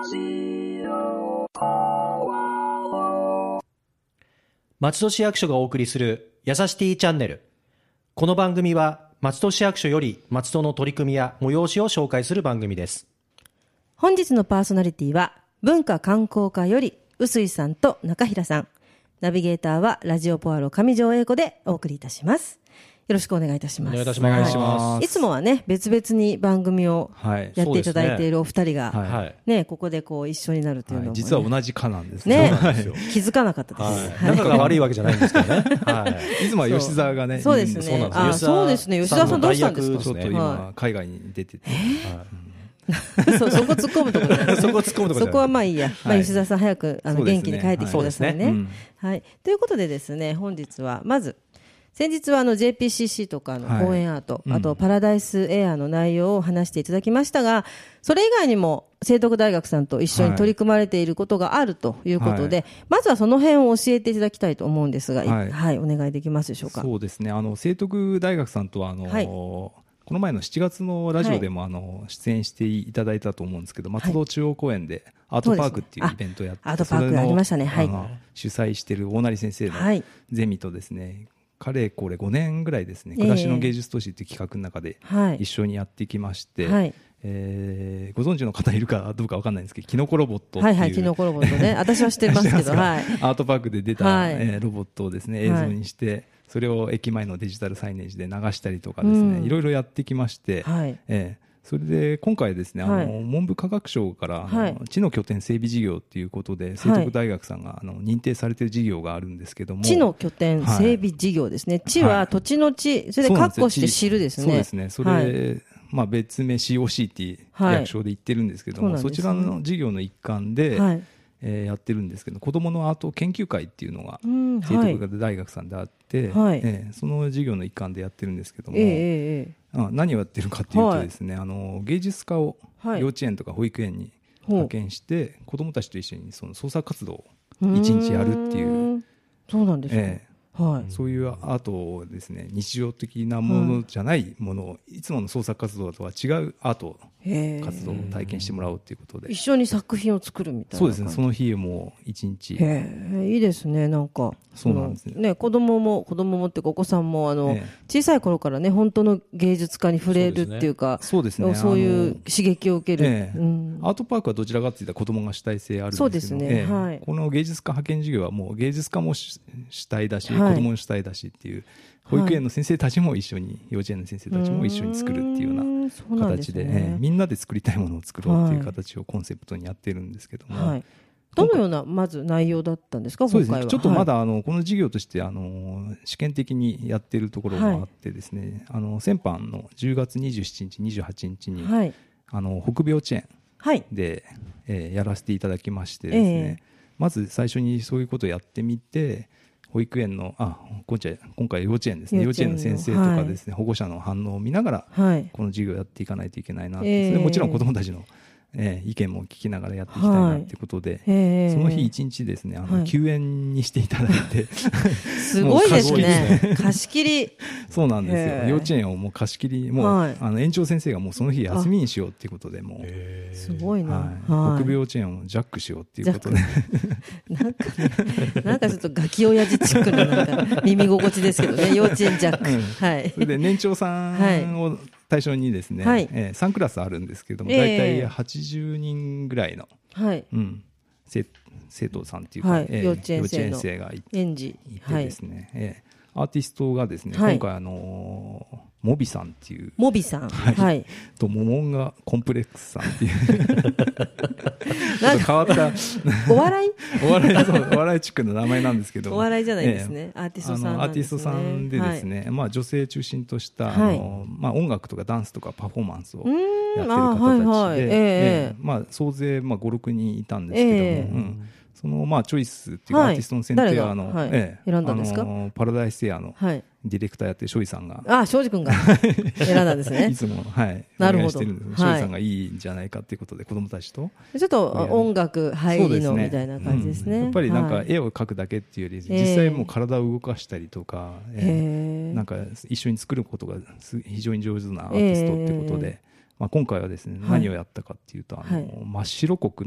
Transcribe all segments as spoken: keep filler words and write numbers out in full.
松戸市役所がお送りするやさしティチャンネル。この番組は松戸市役所より松戸の取り組みや催しを紹介する番組です。 本日のパーソナリティは文化観光課より臼井さんと中平さん、ナビゲーターはラジオポアロ上条英子でお送りいたします。よろしくお願いいたします。 お願いいたします。はい、 いつもはね別々に番組をやっていただいているお二人が、はい、ね、ここでこう一緒になるというのも、ね、 はい、実は同じ課なんですね。 ね気づかなかったです。 はい、仲が悪いわけじゃないんですけどね。 はい、いつもは吉沢がね、 そうですね。あ、そうですね。吉沢さんどうしたんですか。 ちょっと今海外に出てて。 そ, そこ突っ込むところそこ突っ込むところそこはまあいいや、まあ、吉沢さん早くあの元気に帰ってきてくださいね。はいはい、ということでですね、本日はまず先日はあの ジェーピーシーシー とかの公演アート、はい、あとパラダイスエアの内容を話していただきましたが、それ以外にも聖徳大学さんと一緒に取り組まれていることがあるということで、はい、まずはその辺を教えていただきたいと思うんですが、はいはい、お願いできますでしょうか。 そうですね、あの聖徳大学さんとはあの、はい、この前のしちがつのラジオでもあの出演していただいたと思うんですけど、松戸中央公園でアートパークっていうイベントをやって、 アートパークありましたね。はい、 主催している大成先生のゼミとですね、かれこれごねんぐらいですね、暮らしの芸術都市っていう企画の中で一緒にやってきまして、はい、えー、ご存知の方いるかどうか分かんないんですけど、キノコロボットっていう、はいはい、 キノコロボットね、私は知ってますけど、はい、 アートパークで出た、はい、えー、ロボットをですね映像にして、はい、それを駅前のデジタルサイネージで流したりとかですね、うん、いろいろやってきまして、はい、えーそれで今回ですね、あの、はい、文部科学省からあの知の拠点整備事業ということで、聖徳大学さんがあの認定されている事業があるんですけども、 知の拠点整備事業ですね。知は土地の地、それで括弧して知るですね。 そうですね。それ、はい、まあ別名 シーオーシー っていう略称で言ってるんですけども、はい、そちらの事業の一環で、はい、えー、やってるんですけど、子どものアート研究会っていうのが聖徳大学さんであって、はい、えー、その事業の一環でやってるんですけども、えーあ何をやってるかというとですね、はい、あの芸術家を幼稚園とか保育園に派遣して、はい、子どもたちと一緒にその創作活動を一日やるっていう、 そうなんですか、 えーはい、そういうアートをですね、日常的なものじゃないものを、はい、いつもの創作活動とは違うアート活動を体験してもらうということで、 一緒に作品を作るみたいな。 そうですね、その日も一日。 へいいですね。なんかそうなんですね。 ね、子供も子供もっていうかお子さんもあの、小さい頃からね、本当の芸術家に触れるっていうか、 そうですね、 そういう刺激を受ける、 ええ、うん、アートパークはどちらかというと子供が主体性あるんですけど、 そうですね、 ええ、 はい、 この芸術家派遣事業はもう芸術家も主体だし、はい、子供も主体だしっていう、保育園の先生たちも一緒に、はい、幼稚園の先生たちも一緒に作るっていうような形で、ね、ええ、みんなで作りたいものを作ろうっていう形をコンセプトにやってるんですけども、はい、 どのようなまず内容だったんですか。 そうですね、 今回はちょっとまだあのこの事業としてあの試験的にやっているところもあってですね、はい、あの先般のじゅうがつにじゅうしちにちにじゅうはちにちに、はい、あの北部幼稚園で、はい、えー、やらせていただきましてですね、えー、まず最初にそういうことをやってみて、保育園のあ今回今回幼稚園ですね、幼稚園の先生とかですね、はい、保護者の反応を見ながら、はい、この授業をやっていかないといけないなって、えー、それもちろん子どもたちのえー、意見も聞きながらやっていきたいなということで、はい、その日一日ですね、あの、はい、休園にしていただいてすごいですね、貸し切りそうなんですよ、幼稚園をもう貸し切り、もう、はい、あの園長先生がもうその日休みにしようということで、もうすごいな、はいはい、北部幼稚園をジャックしようということでなんか、ね、なんかちょっとガキ親父チックな、なんか耳心地ですけどね、幼稚園ジャック、うん、はい、 それで年長さんを対象にですね、はい、えー、さんクラスあるんですけども、えー、大体はちじゅうにんぐらいの、はい、うん、生, 生徒さんというか、はい、えー、幼稚園生の幼稚園生がい園児いてですね、はい、えー、アーティストがですね、はい、今回あのーモビさんっていうモビさん、 はいはい、とモモンガコンプレックスさんっていうなんか変わったお笑いお笑いそうお笑いチックな名前なんですけど、 お笑いじゃないですね、えー、アーティストさんなんですね。 アーティストさんでですね、はい、まあ、女性中心とした、はい、あのまあ、音楽とかダンスとかパフォーマンスをやってる方たちで、はいはい、えーえーまあ、総勢、まあ、ご、ろくにんいたんですけども、えーうん、そのまあチョイスっていうか、はい、アーティストの選定はあの、はい、ええ、選んだんですか。あのパラダイスエアのディレクターやってる庄司さんが、 ああ、庄司君が選んだんですね。 いつも、はい、 なるほど、 してるんです。庄司さんがいいんじゃないかということで、子どもたちとちょっと音楽入りのみたいな感じですね。 うん、やっぱりなんか絵を描くだけっていうより、はい、実際もう体を動かしたりとか、えー、なんか一緒に作ることが非常に上手なアーティストってことで、えーまあ、今回はですね、はい、何をやったかっていうと、あの、はい、真っ白黒の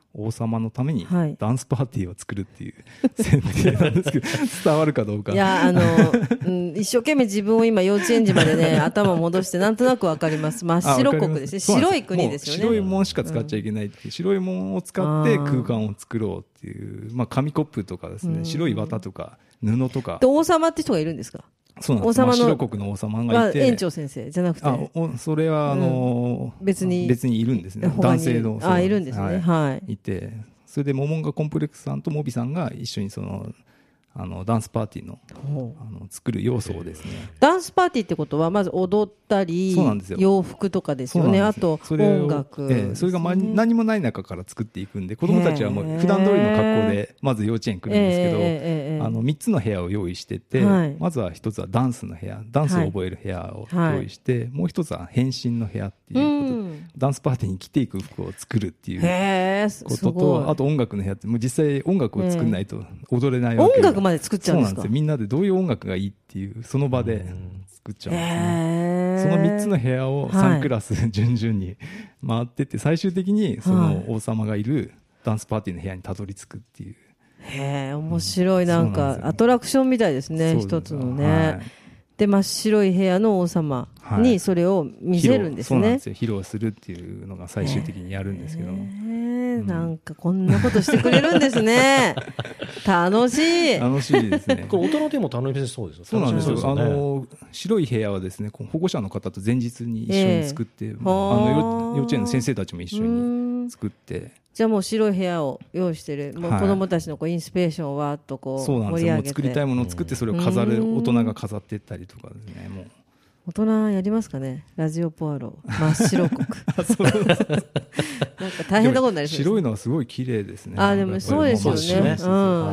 王様のためにダンスパーティーを作るっていう設定なんですけど、伝わるかどうか。 いや、あの、うん、一生懸命自分を今幼稚園児までね、頭戻してなんとなくわかります。真っ白国ですね。白い国ですよね。 白いもんしか使っちゃいけないっていう、うん、白いもんを使って空間を作ろうっていう、まあ紙コップとかですね、白い綿とか布とか。 で、王様って人がいるんですか？ そうなんです。王様の真っ白国の王様がいて、 園長先生じゃなくて、 あおそれはあのーうん、別に別にいるんですね。男性のあいるんですね。はい。はい、 いて、それでモモンガコンプレックスさんとモビさんが一緒にそのあのダンスパーティーのあの作る要素をですね。 ダンスパーティーってことはまず踊ったり洋服とかですよね。あと音楽、 ええ、それが、ま、何もない中から作っていくんで、子どもたちはもう普段通りの格好でまず幼稚園来るんですけど、えー、あのみっつの部屋を用意してて、はい、まずは一つはダンスの部屋、ダンスを覚える部屋を用意して、はい、もう一つは変身の部屋っていうことで、うん、ダンスパーティーに着ていく服を作るっていうことと、あと音楽の部屋って、もう実際音楽を作らないと踊れないわけで、 音楽まで作っちゃうんですか？ そうなんですよ。みんなでどういう音楽がいいっていうその場で作っちゃうんですね。そのみっつの部屋をさんクラス順々に回ってって、最終的にその王様がいるダンスパーティーの部屋にたどり着くっていう。 へー、面白い。なんかアトラクションみたいですね、一つのね。はい、で真っ白い部屋の王様にそれを見せるんですね。 はい、そうなんですよ。披露するっていうのが最終的にやるんですけど、 なんかこんなことしてくれるんですね。楽しい。 楽しいですね。 これ大人でも楽しそうですよ。 そうなんですよ。あの白い部屋はですね、保護者の方と前日に一緒に作って、えー、あの幼稚園の先生たちも一緒に作って。 じゃあもう白い部屋を用意してる、もう子どもたちのこうインスピレーションをわーっとこう盛り上げて、そうなんですよ。もう作りたいものを作ってそれを飾る、大人が飾っていったりとかですね。もう大人やりますかね、ラジオポアロ真っ白国。なんか大変なことになりそうですね。 白いのはすごい綺麗ですね。 あでもそうですよね。うん、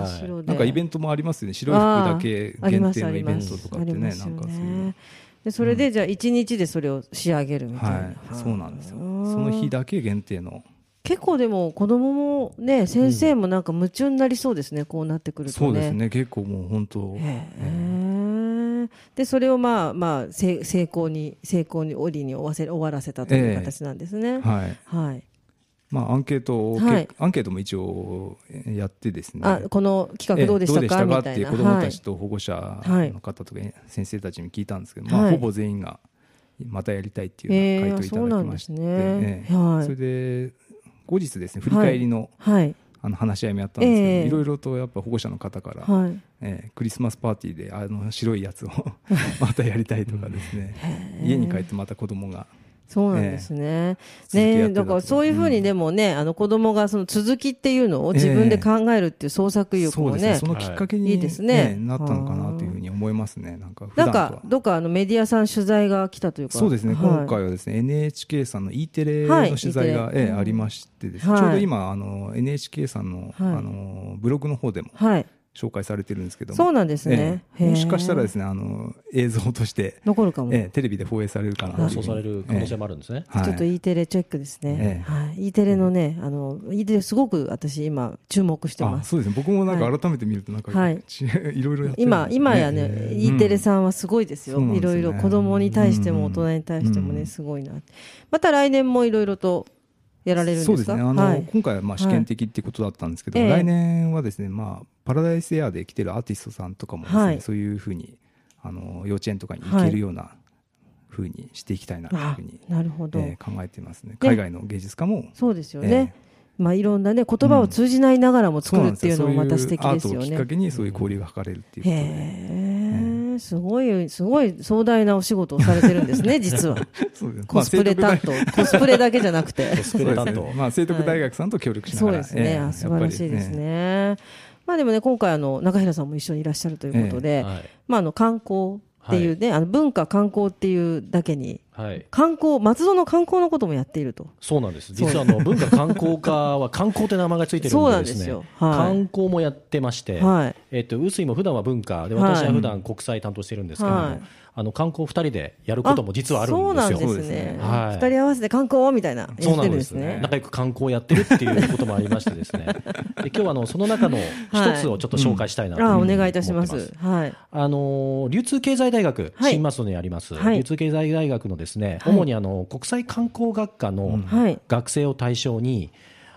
白でなんかイベントもありますよね。白い服だけ限定のイベントとかってね、なんかそういう。 でそれでじゃあ一日でそれを仕上げるみたいな。はい、 そうなんですよ。その日だけ限定の。 結構でも子供もね、先生もなんか夢中になりそうですね、こうなってくるとね。 そうですね、結構もう本当。へー。でそれをまあまあ成功に成功に折に終わせ終わらせたという形なんですね。 えー、はい。 はい。 まあアンケートを、はい、アンケートも一応やってですね。 あ、この企画どうでしたか、えー、どうでしたかっていう子どもたちと保護者の方とか先生たちに聞いたんですけど、はい、まあほぼ全員がまたやりたいっていうような回答いただきまして、えー、そうなんですね。えーはい、それで後日ですね、振り返りの、はいはい、あの話し合いもやったんですけど、いろいろとやっぱ保護者の方から、はいえー、クリスマスパーティーであの白いやつをまたやりたいとかですね家に帰ってまた子供がそうなんですね。えー、ね、だからそういうふうにでもね、うん、あの子供がその続きっていうのを自分で考えるっていう創作意欲もね、 えー、そうですね、そのきっかけに、いいですね、ね、なったのかなというふうに思いますね。なんか普段とはなんかどっかあのメディアさん取材が来たというか、 そうですね、はい、今回はですね エヌエイチケー さんの E テレの取材が、はいえー、ありましてですね、はい、ちょうど今あの エヌエイチケー さんの、はい、あのブログの方でも、はい紹介されてるんですけども、 そうなんですね、 えー、もしかしたらですねあの映像として残るかも、 えー、テレビで放映されるかなという、 放送される可能性もあるんですね、 えー、ちょっと E テレチェックですね、えーはい、E テレのねあの E テレすごく私今注目してます。 あそうですね、僕もなんか改めて見るとなんか、はい、いろいろやってるんですね。今今やね、えー、E テレさんはすごいですよ、うん、いろいろ子供に対しても大人に対してもね、うん、すごいな。また来年もいろいろとやられるんですか？ そうですね、あの、はい、今回はまあ試験的っていうことだったんですけど、はい、来年はですね、まあ、パラダイスエアで来てるアーティストさんとかもですね、はい、そういうふうにあの幼稚園とかに行けるようなふうにしていきたいなというふうに、 なるほど、 えー、考えていますね。海外の芸術家もそうですよね、えーまあ、いろんな、ね、言葉を通じないながらも作るっていうのもまた素敵ですよね。 アートをきっかけにそういう交流が図れるっていうことで、 へー、すごいすごい壮大なお仕事をされてるんですね実はそうです、コスプレ担当、まあ、コスプレだけじゃなくてコスプレ担当、 まあ、聖徳大学さんと協力しながら、 はい、そうですね、えー、素晴らしいですね。まあ、でもね今回あの中平さんも一緒にいらっしゃるということで、えーはいまあ、あの観光っていうね、はい、あの文化観光っていうだけに、はい、観光松戸の観光のこともやっていると。 そうなんです。実はあの文化観光課は観光って名前がついてるんでですね、そうなんですよ、はい、観光もやってまして、はいえっと、臼井も普段は文化で私は普段国際担当してるんですけども、はいあの観光ふたりでやることも実はあるんですよ。 そうなんですね、はい、ふたり合わせて観光みたいなやってるんですね。 仲良く観光をやってるっていうこともありましてですねで今日はあのその中の一つをちょっと紹介したいなというふうに思ってます、はいうん、あお願いいたします、はい、あの流通経済大学、はい、新松戸にあります、はい、流通経済大学のですね、はい、主にあの国際観光学科の学生を対象に、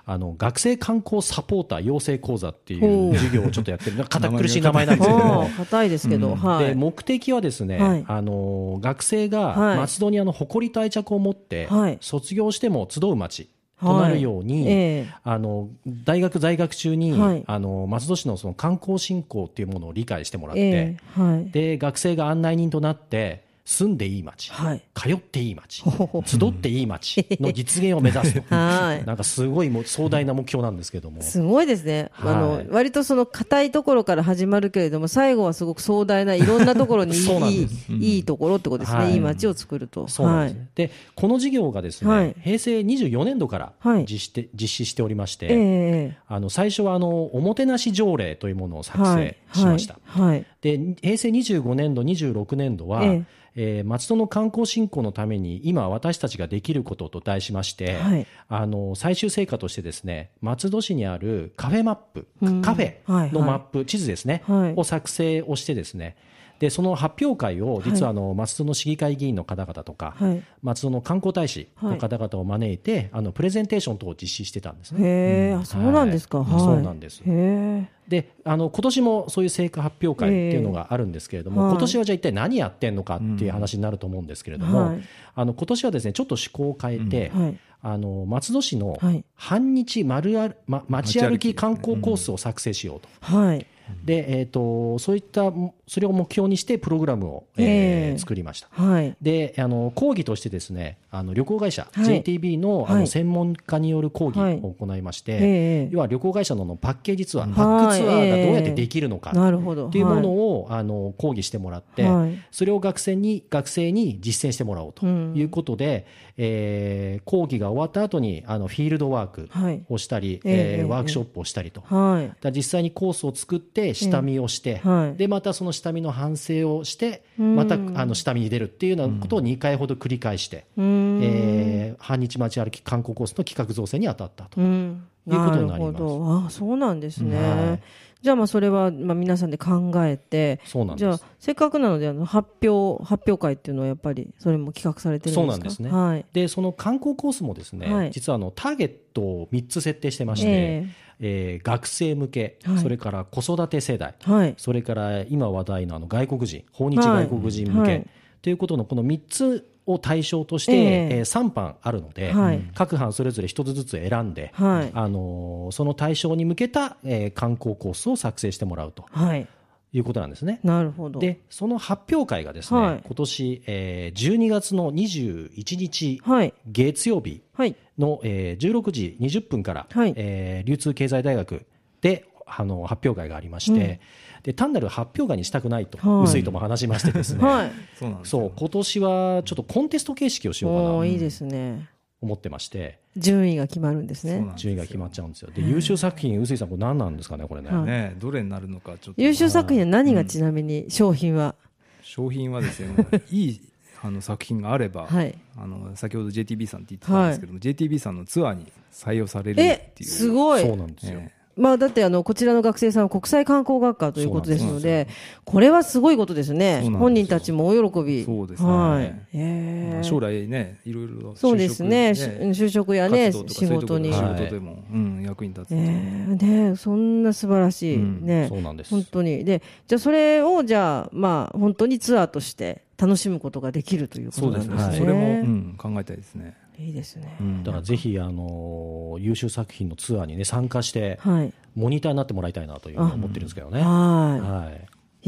あの学生観光サポーター養成講座っていう授業をちょっとやってる堅苦しい名前なんですけども硬いですけど、うんはい、 で目的はですね、はい、あの学生が松戸にあの誇りと愛着を持って卒業しても集う町となるように、はいえー、あの大学在学中に、はい、あの松戸市のその観光振興っていうものを理解してもらって、えーはい、で学生が案内人となって住んでいい街、はい、通っていい街、集っていい街の実現を目指すと、はい、なんかすごいも壮大な目標なんですけども、 すごいですね、はい、あの割とその硬いところから始まるけれども最後はすごく壮大ないろんなところにいいうん、いいところってことですね、はい、いい街を作ると。 そうなんです、ねはい、でこの事業がですね、はい、平成にじゅうよねんどから実施して、はい、実施しておりまして、えー、あの最初はあのおもてなし条例というものを作成しました、はいはいはい、で平成にじゅうごねんどにじゅうろくねんどは、えーえー、松戸の観光振興のために今私たちができることと題しまして、はい、あの最終成果としてですね松戸市にあるカフェマップ、うん、カフェのマップ、はいはい、地図ですね、はい、を作成をしてですねでその発表会を実はあの松戸の市議会議員の方々とか、はい、松戸の観光大使の方々を招いて、はい、あのプレゼンテーション等を実施してたんですね。 へー、うん、そうなんですか、はい、 そうなんです。へーであの今年もそういう成果発表会っていうのがあるんですけれども、えーはい、今年はじゃあ一体何やってんのかっていう話になると思うんですけれども、うんはい、あの今年はですねちょっと趣向を変えて、うんはい、あの松戸市の半日丸歩、ま、街歩き観光コースを作成しようと、うんはいでえー、とそういったそれを目標にしてプログラムを、えーえー、作りました、はい、であの講義としてですねあの旅行会社、はい、ジェイティービー の, あの専門家による講義を行いまして、はい、要は旅行会社のパッケージツアー、はい、パックツアーがどうやってできるのかというものを、はい、あの講義してもらって、はい、それを学生に学生に実践してもらおうということで、うんえー、講義が終わった後にあのフィールドワークをしたり、はいえー、ワークショップをしたりと、はい、だ実際にコースを作って下見をして、はい、でまたその下見の反省をしてまたあの下見に出るっていうようなことをにかいほど繰り返して、うんえー、半日街歩き観光コースの企画造成に当たったということになります。なるほど。 あ、そうなんですね、はい、じゃあまあそれはまあ皆さんで考えてそうなんです。 じゃあせっかくなのであの発表発表会っていうのはやっぱりそれも企画されてるんですか。 そうなんですね、はい、でその観光コースもですね、はい、実はあのターゲットをみっつ設定してまして、えーえー、学生向け、はい、それから子育て世代、はい、それから今話題のあの外国人訪日外国人向け、はいはい、ということのこのみっつを対象として、えーえー、さんばんあるので、はい、各班それぞれひとつずつ選んで、はいあのー、その対象に向けた、えー、観光コースを作成してもらうと、はいいうことなんですね。 なるほど。 でその発表会がですね、はい、今年、えー、じゅうにがつのにじゅういちにち、はい、月曜日の、はいえー、じゅうろくじにじゅっぷんから、はいえー、流通経済大学であの発表会がありまして、うん、で単なる発表会にしたくないと、はい、臼井とも話しましてですね、はい、そうなんですよ。そう今年はちょっとコンテスト形式をしようかなといいですね思ってまして、 順位が決まるんですね。 順位が決まっちゃうんですよ。で優秀作品、臼井さんこれ何なんですかねこれ ね,、はい、 ねどれになるのかちょっと。 優秀作品は何がちなみに、うん、商品は商品はですねいいあの作品があれば、はい、あの先ほど ジェイティービー さんって言ってたんですけども、はい、ジェイティービー さんのツアーに採用されるっていう。 えすごい。 そうなんですよ、えーまあ、だってあのこちらの学生さんは国際観光学科ということですので、これはすごいことですね。本人たちも大喜び。 そうですね、はいえー、将来ねいろいろそうですね就職やね仕事に仕事でも、はいうん、役に立つ、 えーね、そんな素晴らしい、うんね、 そうなんです本当に。でじゃあそれをじゃあ、まあ、本当にツアーとして楽しむことができるということなんですね。そうですね、 それも、うん、考えたいですね。 いいですね、 うん、だからぜひあの優秀作品のツアーに、ね、参加して、はい、モニターになってもらいたいなというふうに思ってるんですけどね。 はい、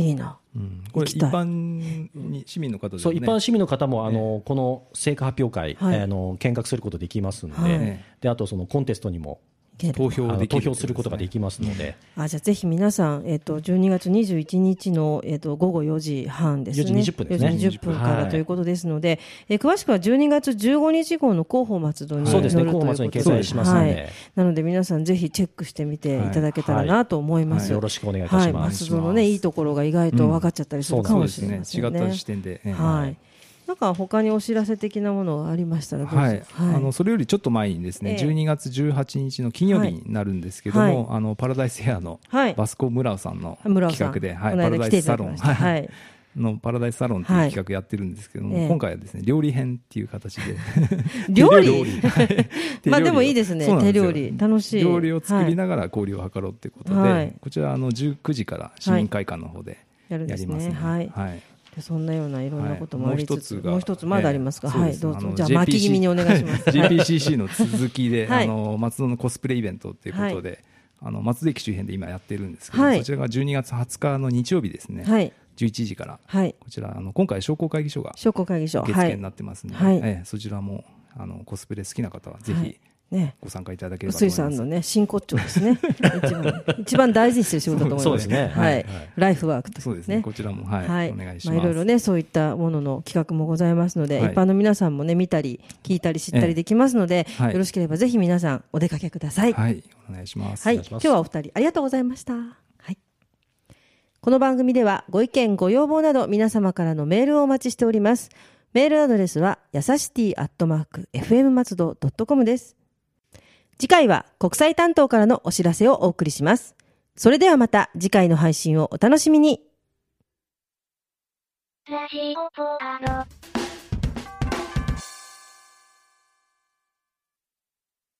いいな、 うん、これ一般に市民の方でも、ね、 そう一般市民の方もあの、ね、この成果発表会、はい、あの見学することできますので、はい、であとそのコンテストにも投票できる、投票することができますので、 あじゃあぜひ皆さん、えー、とじゅうにがつにじゅういちにちの、えー、と午後よじはんですね。 よじにじゅっぷんですね。 よじにじゅっぷんからということですので、はいえー、詳しくはじゅうにがつじゅうごにち号の広報松戸に載るということで、そうですね、広報松戸に掲載しますので、はい、なので皆さんぜひチェックしてみていただけたらなと思います、はいはい、 よろしくお願いいたします。 はい、松戸の、ね、いいところが意外と分かっちゃったりするかもしれませんね。 うん、そうですね、違った視点で、ね、 はいなんか他にお知らせ的なものがありましたらどうぞ。 はいはい、あのそれよりちょっと前にですね、えー、じゅうにがつじゅうはちにちの金曜日になるんですけども、はい、あのパラダイスヘアのバスコ・ムラウさんの企画で、はいはい、パラダイスサロン、はいのパラダイスサロンという企画やってるんですけども、はい、今回はですね料理編っていう形で料理まあでもいいですね。手料理楽しい。 料理を作りながら交流を図ろうということで、はい、こちらあのじゅうくじから市民会館の方でやりますね。 はい、はいそんなようないろんなこともありつつ、はい、もう一つまだありますか、えー、はいどうぞ。じゃあ巻き気味にお願いします。 ジェーピーシーシー の続きで、はい、あの松戸のコスプレイベントということで、はい、あの松戸駅周辺で今やってるんですけど、はい、そちらがじゅうにがつはつかの日曜日ですね、はい、じゅういちじから、はい、こちらあの今回商工会議所が受付になってますので、はいえー、そちらもあのコスプレ好きな方はぜひ、はいね、ご参加いただければと思います。 臼井さんのね真骨頂ですね一番一番大事にしてる仕事だと思います。 そうですね、 はいはい、ライフワークと、ね、 そうですねこちらも、はいはい、お願いします。 まあ、いろいろねそういったものの企画もございますので、はい、一般の皆さんもね見たり聞いたり知ったりできますので、はい、よろしければぜひ皆さんお出かけください。 はいお願いします。 はい今日はお二人ありがとうございました。はい、この番組ではご意見ご要望など皆様からのメールをお待ちしております。メールアドレスはやさしティーアットマーク エフエム 松戸 ドットコム です。次回は国際担当からのお知らせをお送りします。それではまた次回の配信をお楽しみに。ラジオポアド